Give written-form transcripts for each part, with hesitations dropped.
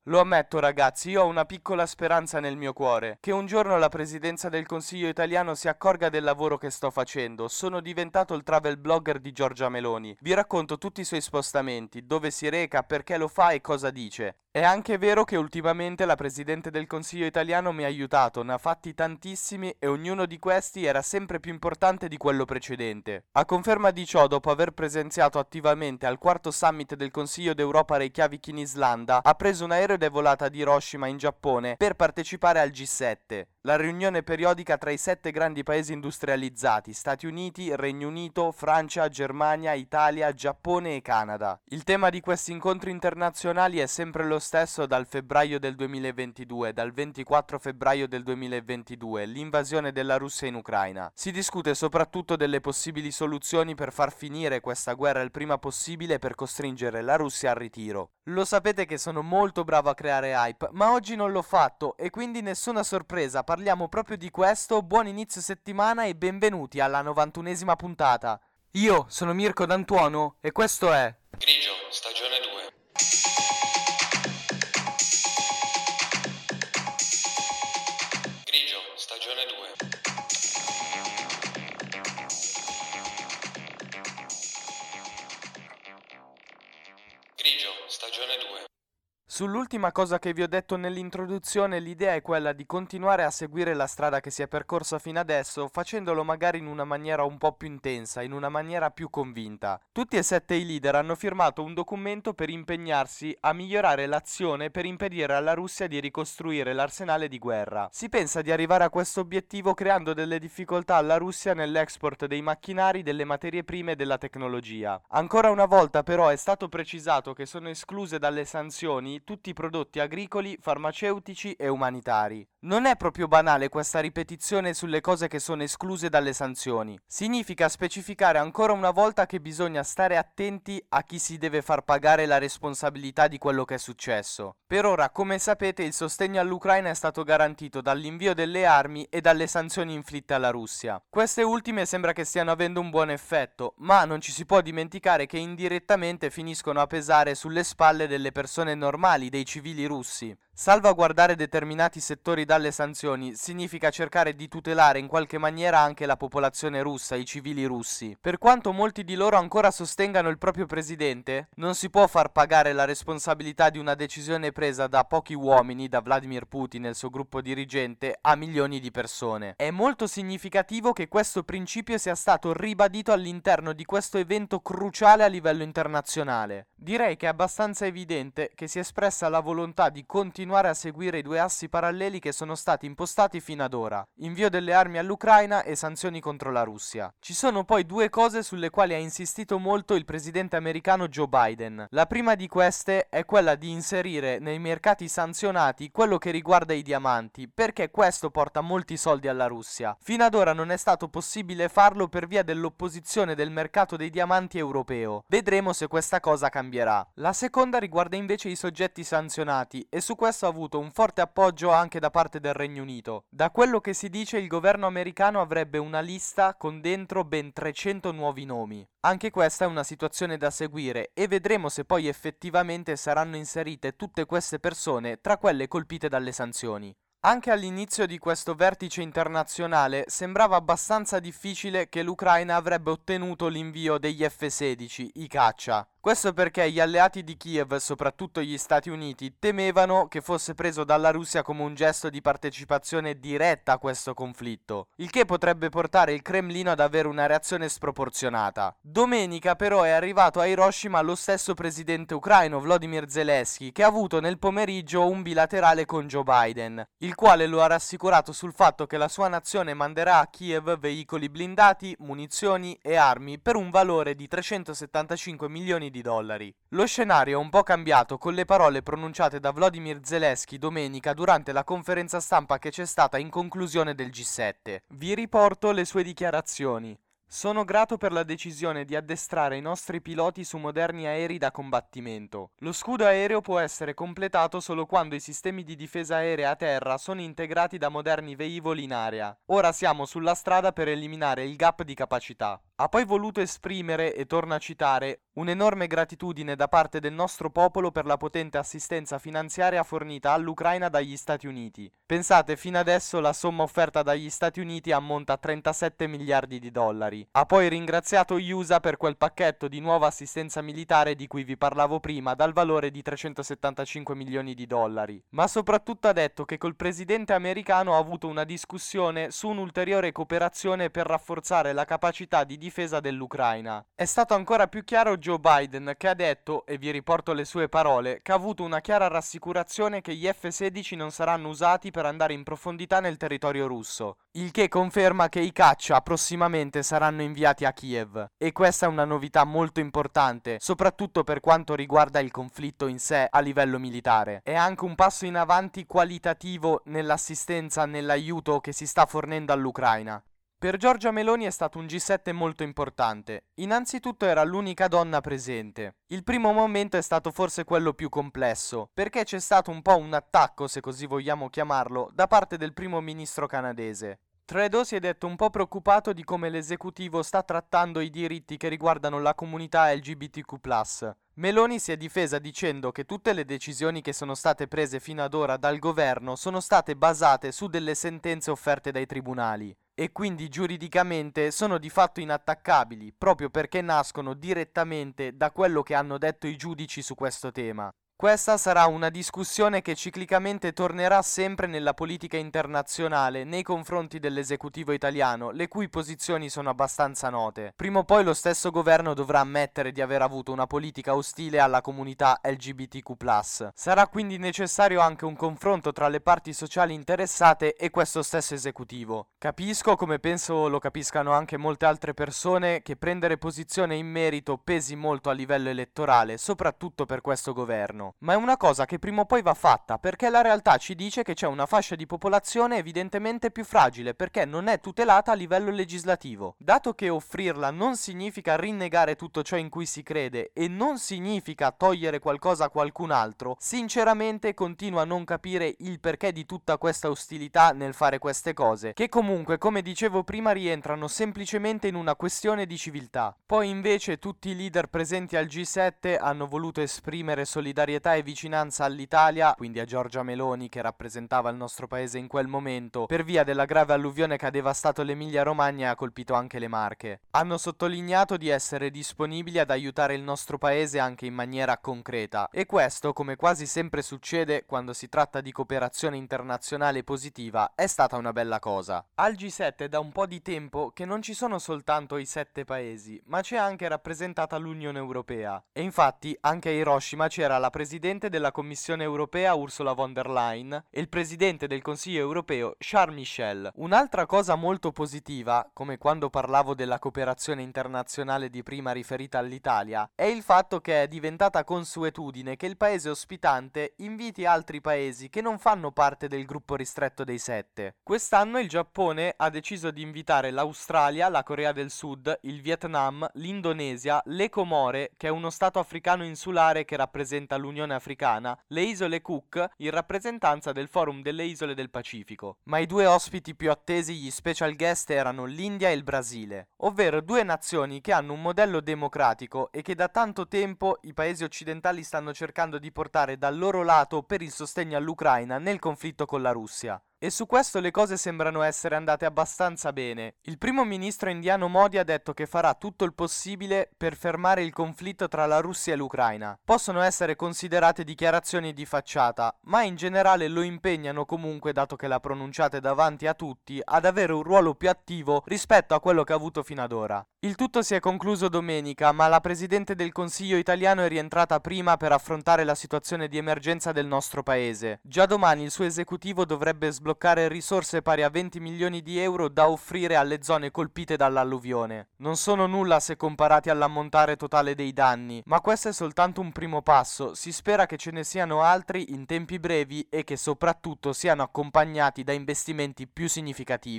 Lo ammetto ragazzi, io ho una piccola speranza nel mio cuore, che un giorno la presidenza del Consiglio italiano si accorga del lavoro che sto facendo. Sono diventato il travel blogger di Giorgia Meloni. Vi racconto tutti i suoi spostamenti, dove si reca, perché lo fa e cosa dice. È anche vero che ultimamente la Presidente del Consiglio italiano mi ha aiutato, ne ha fatti tantissimi e ognuno di questi era sempre più importante di quello precedente. A conferma di ciò, dopo aver presenziato attivamente al quarto summit del Consiglio d'Europa Reykjavik in Islanda, ha preso un aereo ed è volata ad Hiroshima in Giappone per partecipare al G7, la riunione periodica tra i 7 grandi paesi industrializzati, Stati Uniti, Regno Unito, Francia, Germania, Italia, Giappone e Canada. Il tema di questi incontri internazionali è sempre lo stesso dal febbraio del 2022, dal 24 febbraio del 2022, l'invasione della Russia in Ucraina. Si discute soprattutto delle possibili soluzioni per far finire questa guerra il prima possibile e per costringere la Russia al ritiro. Lo sapete che sono molto bravo a creare hype, ma oggi non l'ho fatto e quindi nessuna sorpresa, parliamo proprio di questo. Buon inizio settimana e benvenuti alla 91esima puntata. Io sono Mirko D'Antuono e questo è Grigio, stagione 2. Grigio, stagione 2. Grigio, stagione 2. Sull'ultima cosa che vi ho detto nell'introduzione, l'idea è quella di continuare a seguire la strada che si è percorsa fino adesso, facendolo magari in una maniera un po' più intensa, in una maniera più convinta. Tutti e 7 i leader hanno firmato un documento per impegnarsi a migliorare l'azione per impedire alla Russia di ricostruire l'arsenale di guerra. Si pensa di arrivare a questo obiettivo creando delle difficoltà alla Russia nell'export dei macchinari, delle materie prime e della tecnologia. Ancora una volta però è stato precisato che sono escluse dalle sanzioni tutti i prodotti agricoli, farmaceutici e umanitari. Non è proprio banale questa ripetizione sulle cose che sono escluse dalle sanzioni. Significa specificare ancora una volta che bisogna stare attenti a chi si deve far pagare la responsabilità di quello che è successo. Per ora, come sapete, il sostegno all'Ucraina è stato garantito dall'invio delle armi e dalle sanzioni inflitte alla Russia. Queste ultime sembra che stiano avendo un buon effetto, ma non ci si può dimenticare che indirettamente finiscono a pesare sulle spalle delle persone normali, dei civili russi. Salvaguardare determinati settori dalle sanzioni significa cercare di tutelare in qualche maniera anche la popolazione russa, i civili russi. Per quanto molti di loro ancora sostengano il proprio presidente, non si può far pagare la responsabilità di una decisione presa da pochi uomini, da Vladimir Putin e il suo gruppo dirigente, a milioni di persone. È molto significativo che questo principio sia stato ribadito all'interno di questo evento cruciale a livello internazionale. Direi che è abbastanza evidente che si è espressa la volontà di continuare a seguire i due assi paralleli che sono stati impostati fino ad ora: invio delle armi all'Ucraina e sanzioni contro la Russia. Ci sono poi due cose sulle quali ha insistito molto il presidente americano Joe Biden. La prima di queste è quella di inserire nei mercati sanzionati quello che riguarda i diamanti, perché questo porta molti soldi alla Russia. Fino ad ora non è stato possibile farlo per via dell'opposizione del mercato dei diamanti europeo. Vedremo se questa cosa cambierà. La seconda riguarda invece i soggetti sanzionati e su questo ha avuto un forte appoggio anche da parte del Regno Unito. Da quello che si dice, il governo americano avrebbe una lista con dentro ben 300 nuovi nomi. Anche questa è una situazione da seguire e vedremo se poi effettivamente saranno inserite tutte queste persone tra quelle colpite dalle sanzioni. Anche all'inizio di questo vertice internazionale sembrava abbastanza difficile che l'Ucraina avrebbe ottenuto l'invio degli F-16, i caccia. Questo perché gli alleati di Kiev, soprattutto gli Stati Uniti, temevano che fosse preso dalla Russia come un gesto di partecipazione diretta a questo conflitto, il che potrebbe portare il Cremlino ad avere una reazione sproporzionata. Domenica però è arrivato a Hiroshima lo stesso presidente ucraino Volodymyr Zelensky, che ha avuto nel pomeriggio un bilaterale con Joe Biden, il quale lo ha rassicurato sul fatto che la sua nazione manderà a Kiev veicoli blindati, munizioni e armi per un valore di 375 milioni di dollari. Lo scenario è un po' cambiato con le parole pronunciate da Volodymyr Zelensky domenica durante la conferenza stampa che c'è stata in conclusione del G7. Vi riporto le sue dichiarazioni. Sono grato per la decisione di addestrare i nostri piloti su moderni aerei da combattimento. Lo scudo aereo può essere completato solo quando i sistemi di difesa aerea a terra sono integrati da moderni velivoli in aria. Ora siamo sulla strada per eliminare il gap di capacità. Ha poi voluto esprimere, e torno a citare, un'enorme gratitudine da parte del nostro popolo per la potente assistenza finanziaria fornita all'Ucraina dagli Stati Uniti. Pensate, fino adesso la somma offerta dagli Stati Uniti ammonta a 37 miliardi di dollari. Ha poi ringraziato gli USA per quel pacchetto di nuova assistenza militare di cui vi parlavo prima, dal valore di 375 milioni di dollari. Ma soprattutto ha detto che col presidente americano ha avuto una discussione su un'ulteriore cooperazione per rafforzare la capacità di difesa dell'Ucraina. È stato ancora più chiaro Joe Biden, che ha detto, e vi riporto le sue parole, che ha avuto una chiara rassicurazione che gli F-16 non saranno usati per andare in profondità nel territorio russo, il che conferma che i caccia prossimamente saranno inviati a Kiev. E questa è una novità molto importante, soprattutto per quanto riguarda il conflitto in sé a livello militare. È anche un passo in avanti qualitativo nell'assistenza, nell'aiuto che si sta fornendo all'Ucraina. Per Giorgia Meloni è stato un G7 molto importante. Innanzitutto era l'unica donna presente. Il primo momento è stato forse quello più complesso, perché c'è stato un po' un attacco, se così vogliamo chiamarlo, da parte del primo ministro canadese. Trudeau si è detto un po' preoccupato di come l'esecutivo sta trattando i diritti che riguardano la comunità LGBTQ+. Meloni si è difesa dicendo che tutte le decisioni che sono state prese fino ad ora dal governo sono state basate su delle sentenze offerte dai tribunali e quindi giuridicamente sono di fatto inattaccabili, proprio perché nascono direttamente da quello che hanno detto i giudici su questo tema. Questa sarà una discussione che ciclicamente tornerà sempre nella politica internazionale nei confronti dell'esecutivo italiano, le cui posizioni sono abbastanza note. Prima o poi lo stesso governo dovrà ammettere di aver avuto una politica ostile alla comunità LGBTQ+. Sarà quindi necessario anche un confronto tra le parti sociali interessate e questo stesso esecutivo. Capisco, come penso lo capiscano anche molte altre persone, che prendere posizione in merito pesi molto a livello elettorale, soprattutto per questo governo. Ma è una cosa che prima o poi va fatta, perché la realtà ci dice che c'è una fascia di popolazione evidentemente più fragile, perché non è tutelata a livello legislativo. Dato che offrirla non significa rinnegare tutto ciò in cui si crede e non significa togliere qualcosa a qualcun altro, sinceramente continuo a non capire il perché di tutta questa ostilità nel fare queste cose, che comunque, come dicevo prima, rientrano semplicemente in una questione di civiltà. Poi invece tutti i leader presenti al G7 hanno voluto esprimere solidarietà e vicinanza all'Italia, quindi a Giorgia Meloni che rappresentava il nostro paese in quel momento, per via della grave alluvione che ha devastato l'Emilia-Romagna e ha colpito anche le Marche. Hanno sottolineato di essere disponibili ad aiutare il nostro paese anche in maniera concreta, e questo, come quasi sempre succede quando si tratta di cooperazione internazionale positiva, è stata una bella cosa. Al G7 è da un po' di tempo che non ci sono soltanto i 7 paesi, ma c'è anche rappresentata l'Unione Europea, e infatti anche a Hiroshima c'era la Presidente della Commissione Europea Ursula von der Leyen e il Presidente del Consiglio Europeo Charles Michel. Un'altra cosa molto positiva, come quando parlavo della cooperazione internazionale di prima riferita all'Italia, è il fatto che è diventata consuetudine che il paese ospitante inviti altri paesi che non fanno parte del gruppo ristretto dei 7. Quest'anno il Giappone ha deciso di invitare l'Australia, la Corea del Sud, il Vietnam, l'Indonesia, le Comore, che è uno stato africano insulare che rappresenta l'Unione Africana, le isole Cook in rappresentanza del Forum delle Isole del Pacifico. Ma i due ospiti più attesi, gli special guest, erano l'India e il Brasile, ovvero due nazioni che hanno un modello democratico e che da tanto tempo i paesi occidentali stanno cercando di portare dal loro lato per il sostegno all'Ucraina nel conflitto con la Russia. E su questo le cose sembrano essere andate abbastanza bene. Il primo ministro indiano Modi ha detto che farà tutto il possibile per fermare il conflitto tra la Russia e l'Ucraina. Possono essere considerate dichiarazioni di facciata, ma in generale lo impegnano comunque, dato che l'ha pronunciate davanti a tutti, ad avere un ruolo più attivo rispetto a quello che ha avuto fino ad ora. Il tutto si è concluso domenica, ma la Presidente del Consiglio italiano è rientrata prima per affrontare la situazione di emergenza del nostro paese. Già domani il suo esecutivo dovrebbe sbloccare risorse pari a 20 milioni di euro da offrire alle zone colpite dall'alluvione. Non sono nulla se comparati all'ammontare totale dei danni, ma questo è soltanto un primo passo. Si spera che ce ne siano altri in tempi brevi e che soprattutto siano accompagnati da investimenti più significativi.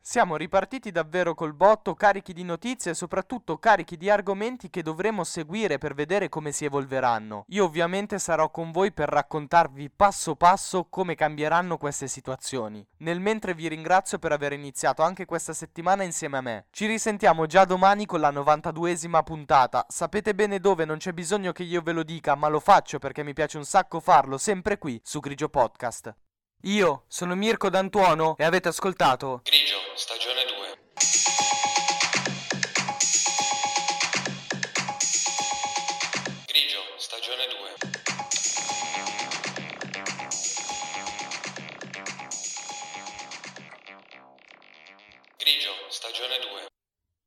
Siamo ripartiti davvero col botto, carichi di notizie e soprattutto carichi di argomenti che dovremo seguire per vedere come si evolveranno. Io ovviamente sarò con voi per raccontarvi passo passo come cambieranno queste situazioni. Nel mentre vi ringrazio per aver iniziato anche questa settimana insieme a me. Ci risentiamo già domani con la 92esima puntata. Sapete bene dove, non c'è bisogno che io ve lo dica, ma lo faccio perché mi piace un sacco farlo, sempre qui su Grigio Podcast. Io sono Mirko D'Antuono e avete ascoltato Grigio, stagione 2. Grigio, stagione 2. Grigio, stagione 2.